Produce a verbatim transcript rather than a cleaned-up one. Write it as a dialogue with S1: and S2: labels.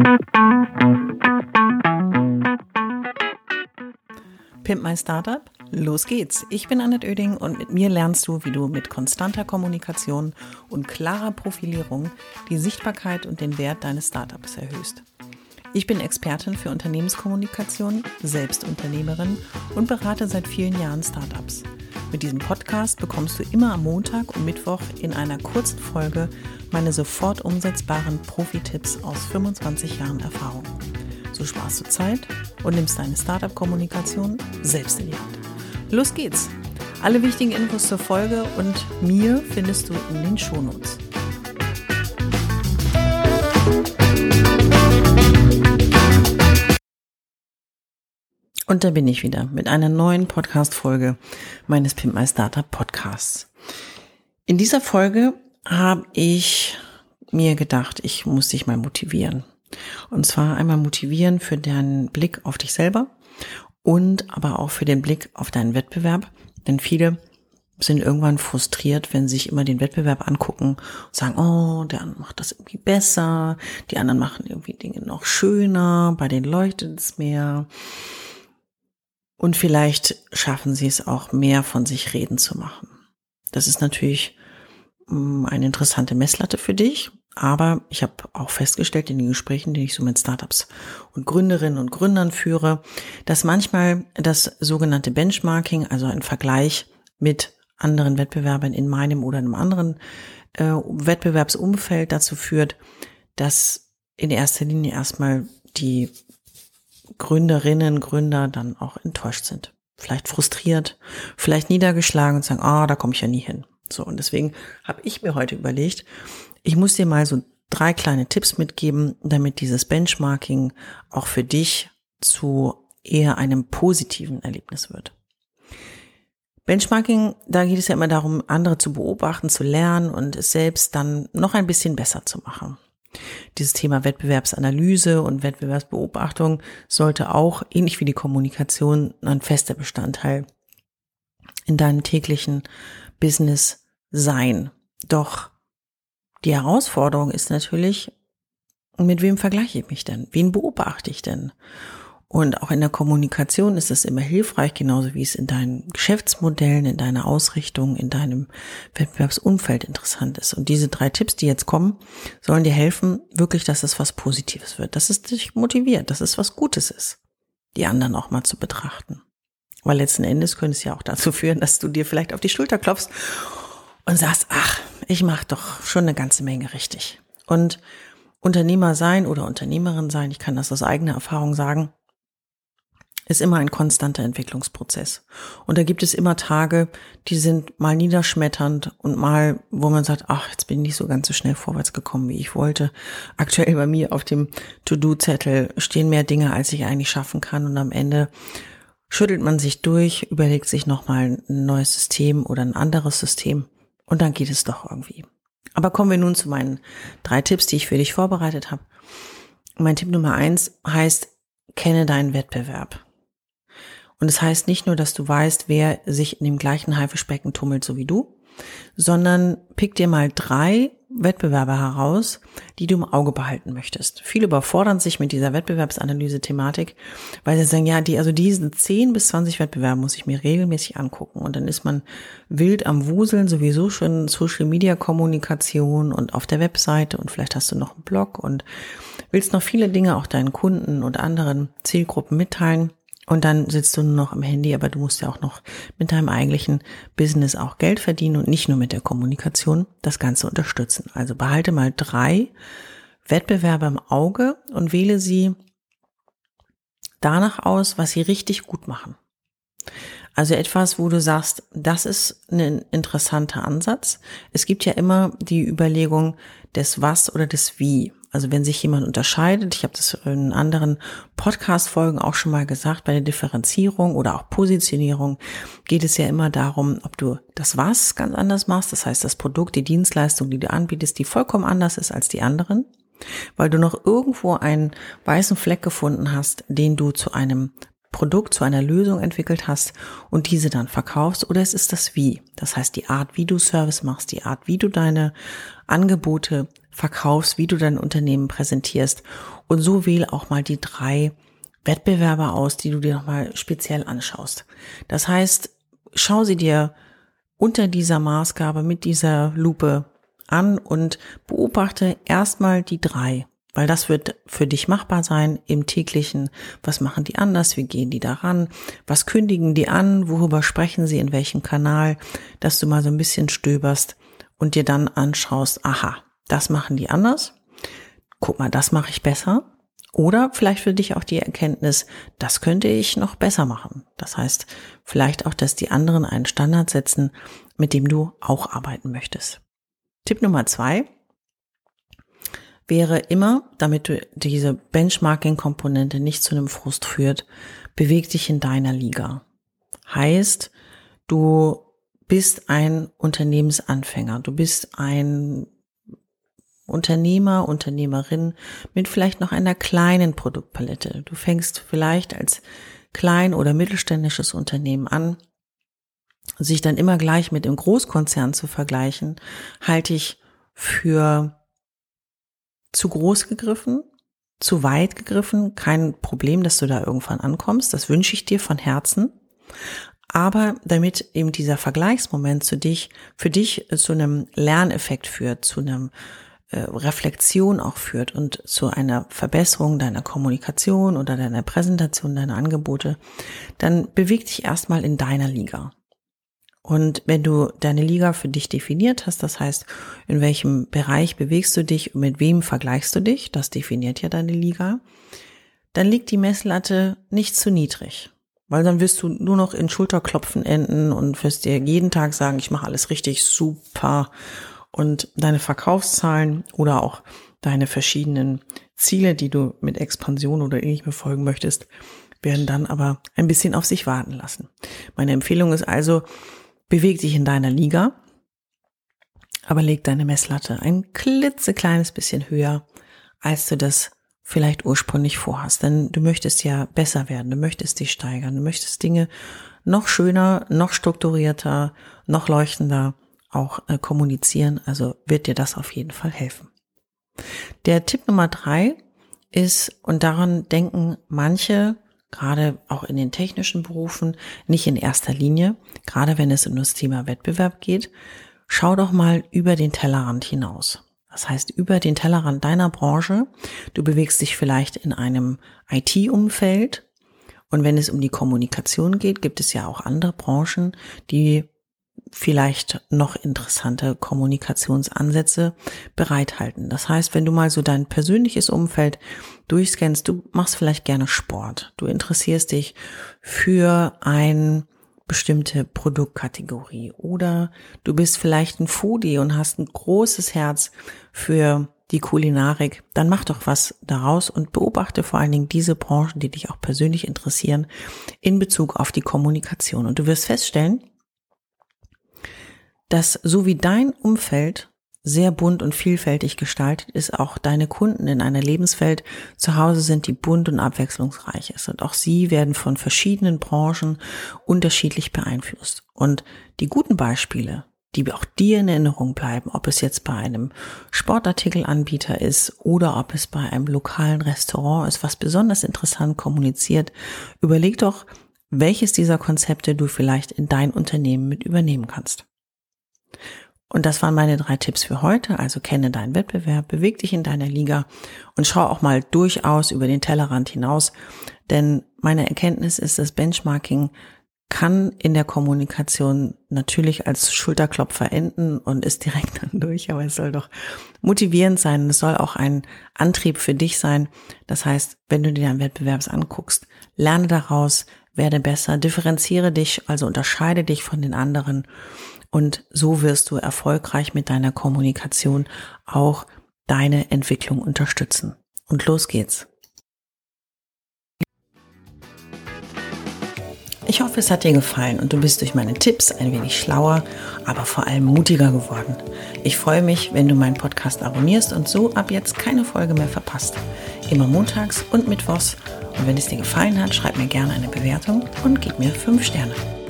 S1: Pimp My Startup, los geht's. Ich bin Annette Oeding und mit mir lernst du, wie du mit konstanter Kommunikation und klarer Profilierung die Sichtbarkeit und den Wert deines Startups erhöhst. Ich bin Expertin für Unternehmenskommunikation, selbst Unternehmerin und berate seit vielen Jahren Startups. Mit diesem Podcast bekommst du immer am Montag und Mittwoch in einer kurzen Folge meine sofort umsetzbaren Profi-Tipps aus fünfundzwanzig Jahren Erfahrung. So sparst du Zeit und nimmst deine Startup-Kommunikation selbst in die Hand. Los geht's! Alle wichtigen Infos zur Folge und mir findest du in den Shownotes. Und da bin ich wieder mit einer neuen Podcast-Folge meines Pimp My Startup Podcasts. In dieser Folge habe ich mir gedacht, ich muss dich mal motivieren. Und zwar einmal motivieren für deinen Blick auf dich selber und aber auch für den Blick auf deinen Wettbewerb. Denn viele sind irgendwann frustriert, wenn sie sich immer den Wettbewerb angucken und sagen, oh, der andere macht das irgendwie besser, die anderen machen irgendwie Dinge noch schöner, bei denen leuchtet es mehr. Und vielleicht schaffen sie es auch mehr von sich reden zu machen. Das ist natürlich eine interessante Messlatte für dich. Aber ich habe auch festgestellt in den Gesprächen, die ich so mit Startups und Gründerinnen und Gründern führe, dass manchmal das sogenannte Benchmarking, also ein Vergleich mit anderen Wettbewerbern in meinem oder einem anderen äh, Wettbewerbsumfeld dazu führt, dass in erster Linie erstmal die Gründerinnen, Gründer dann auch enttäuscht sind. Vielleicht frustriert, vielleicht niedergeschlagen und sagen, ah, da komme ich ja nie hin. So, und deswegen habe ich mir heute überlegt, ich muss dir mal so drei kleine Tipps mitgeben, damit dieses Benchmarking auch für dich zu eher einem positiven Erlebnis wird. Benchmarking, da geht es ja immer darum, andere zu beobachten, zu lernen und es selbst dann noch ein bisschen besser zu machen. Dieses Thema Wettbewerbsanalyse und Wettbewerbsbeobachtung sollte auch, ähnlich wie die Kommunikation, ein fester Bestandteil in deinem täglichen Business sein. Doch die Herausforderung ist natürlich, mit wem vergleiche ich mich denn? Wen beobachte ich denn? Und auch in der Kommunikation ist es immer hilfreich, genauso wie es in deinen Geschäftsmodellen, in deiner Ausrichtung, in deinem Wettbewerbsumfeld interessant ist. Und diese drei Tipps, die jetzt kommen, sollen dir helfen, wirklich, dass es was Positives wird, dass es dich motiviert, dass es was Gutes ist, die anderen auch mal zu betrachten. Weil letzten Endes könnte es ja auch dazu führen, dass du dir vielleicht auf die Schulter klopfst und sagst, ach, ich mache doch schon eine ganze Menge richtig. Und Unternehmer sein oder Unternehmerin sein, ich kann das aus eigener Erfahrung sagen, ist immer ein konstanter Entwicklungsprozess. Und da gibt es immer Tage, die sind mal niederschmetternd und mal, wo man sagt, ach, jetzt bin ich nicht so ganz so schnell vorwärts gekommen, wie ich wollte. Aktuell bei mir auf dem To-Do-Zettel stehen mehr Dinge, als ich eigentlich schaffen kann. Und am Ende schüttelt man sich durch, überlegt sich nochmal ein neues System oder ein anderes System. Und dann geht es doch irgendwie. Aber kommen wir nun zu meinen drei Tipps, die ich für dich vorbereitet habe. Mein Tipp Nummer eins heißt, kenne deinen Wettbewerb. Und es heißt nicht nur, dass du weißt, wer sich in dem gleichen Haifischbecken tummelt, so wie du, sondern pick dir mal drei Wettbewerber heraus, die du im Auge behalten möchtest. Viele überfordern sich mit dieser Wettbewerbsanalyse-Thematik, weil sie sagen, ja, die, also diese zehn bis zwanzig Wettbewerbe muss ich mir regelmäßig angucken. Und dann ist man wild am Wuseln, sowieso schon Social-Media-Kommunikation und auf der Webseite und vielleicht hast du noch einen Blog und willst noch viele Dinge auch deinen Kunden und anderen Zielgruppen mitteilen. Und dann sitzt du nur noch am Handy, aber du musst ja auch noch mit deinem eigentlichen Business auch Geld verdienen und nicht nur mit der Kommunikation das Ganze unterstützen. Also behalte mal drei Wettbewerber im Auge und wähle sie danach aus, was sie richtig gut machen. Also etwas, wo du sagst, das ist ein interessanter Ansatz. Es gibt ja immer die Überlegung des Was oder des Wie. Also wenn sich jemand unterscheidet, ich habe das in anderen Podcast-Folgen auch schon mal gesagt, bei der Differenzierung oder auch Positionierung geht es ja immer darum, ob du das Was ganz anders machst, das heißt das Produkt, die Dienstleistung, die du anbietest, die vollkommen anders ist als die anderen, weil du noch irgendwo einen weißen Fleck gefunden hast, den du zu einem Produkt, zu einer Lösung entwickelt hast und diese dann verkaufst, oder es ist das Wie. Das heißt die Art, wie du Service machst, die Art, wie du deine Angebote verkaufst, wie du dein Unternehmen präsentierst. Und so wähl auch mal die drei Wettbewerber aus, die du dir nochmal speziell anschaust. Das heißt, schau sie dir unter dieser Maßgabe mit dieser Lupe an und beobachte erstmal die drei, weil das wird für dich machbar sein im täglichen. Was machen die anders? Wie gehen die daran? Was kündigen die an? Worüber sprechen sie? In welchem Kanal? Dass du mal so ein bisschen stöberst und dir dann anschaust, aha, das machen die anders. Guck mal, das mache ich besser. Oder vielleicht für dich auch die Erkenntnis, das könnte ich noch besser machen. Das heißt, vielleicht auch, dass die anderen einen Standard setzen, mit dem du auch arbeiten möchtest. Tipp Nummer zwei wäre immer, damit du diese Benchmarking-Komponente nicht zu einem Frust führt, beweg dich in deiner Liga. Heißt, du bist ein Unternehmensanfänger, du bist ein Unternehmer, Unternehmerin mit vielleicht noch einer kleinen Produktpalette. Du fängst vielleicht als klein- oder mittelständisches Unternehmen an. Sich dann immer gleich mit dem Großkonzern zu vergleichen, halte ich für zu groß gegriffen, zu weit gegriffen. Kein Problem, dass du da irgendwann ankommst. Das wünsche ich dir von Herzen. Aber damit eben dieser Vergleichsmoment zu dich, für dich zu einem Lerneffekt führt, zu einem Reflexion auch führt und zu einer Verbesserung deiner Kommunikation oder deiner Präsentation deiner Angebote, dann beweg dich erstmal in deiner Liga. Und wenn du deine Liga für dich definiert hast, das heißt, in welchem Bereich bewegst du dich und mit wem vergleichst du dich, das definiert ja deine Liga, dann liegt die Messlatte nicht zu niedrig. Weil dann wirst du nur noch in Schulterklopfen enden und wirst dir jeden Tag sagen, ich mache alles richtig, super. Und deine Verkaufszahlen oder auch deine verschiedenen Ziele, die du mit Expansion oder ähnlichem verfolgen möchtest, werden dann aber ein bisschen auf sich warten lassen. Meine Empfehlung ist also, beweg dich in deiner Liga, aber leg deine Messlatte ein klitzekleines bisschen höher, als du das vielleicht ursprünglich vorhast. Denn du möchtest ja besser werden, du möchtest dich steigern, du möchtest Dinge noch schöner, noch strukturierter, noch leuchtender auch äh, kommunizieren, also wird dir das auf jeden Fall helfen. Der Tipp Nummer drei ist, und daran denken manche, gerade auch in den technischen Berufen, nicht in erster Linie, gerade wenn es um das Thema Wettbewerb geht, schau doch mal über den Tellerrand hinaus. Das heißt, über den Tellerrand deiner Branche, du bewegst dich vielleicht in einem I T-Umfeld und wenn es um die Kommunikation geht, gibt es ja auch andere Branchen, die vielleicht noch interessante Kommunikationsansätze bereithalten. Das heißt, wenn du mal so dein persönliches Umfeld durchscannst, du machst vielleicht gerne Sport, du interessierst dich für eine bestimmte Produktkategorie oder du bist vielleicht ein Foodie und hast ein großes Herz für die Kulinarik, dann mach doch was daraus und beobachte vor allen Dingen diese Branchen, die dich auch persönlich interessieren, in Bezug auf die Kommunikation. Und du wirst feststellen, dass so wie dein Umfeld sehr bunt und vielfältig gestaltet ist, auch deine Kunden in einer Lebenswelt zu Hause sind, die bunt und abwechslungsreich ist. Und auch sie werden von verschiedenen Branchen unterschiedlich beeinflusst. Und die guten Beispiele, die auch dir in Erinnerung bleiben, ob es jetzt bei einem Sportartikelanbieter ist oder ob es bei einem lokalen Restaurant ist, was besonders interessant kommuniziert, überleg doch, welches dieser Konzepte du vielleicht in dein Unternehmen mit übernehmen kannst. Und das waren meine drei Tipps für heute. Also kenne deinen Wettbewerb, beweg dich in deiner Liga und schau auch mal durchaus über den Tellerrand hinaus. Denn meine Erkenntnis ist, dass Benchmarking kann in der Kommunikation natürlich als Schulterklopfer enden und ist direkt dann durch, aber es soll doch motivierend sein. Es soll auch ein Antrieb für dich sein. Das heißt, wenn du dir deinen Wettbewerb anguckst, lerne daraus, werde besser, differenziere dich, also unterscheide dich von den anderen. Und so wirst du erfolgreich mit deiner Kommunikation auch deine Entwicklung unterstützen. Und los geht's. Ich hoffe, es hat dir gefallen und du bist durch meine Tipps ein wenig schlauer, aber vor allem mutiger geworden. Ich freue mich, wenn du meinen Podcast abonnierst und so ab jetzt keine Folge mehr verpasst. Immer montags und mittwochs. Und wenn es dir gefallen hat, schreib mir gerne eine Bewertung und gib mir fünf Sterne.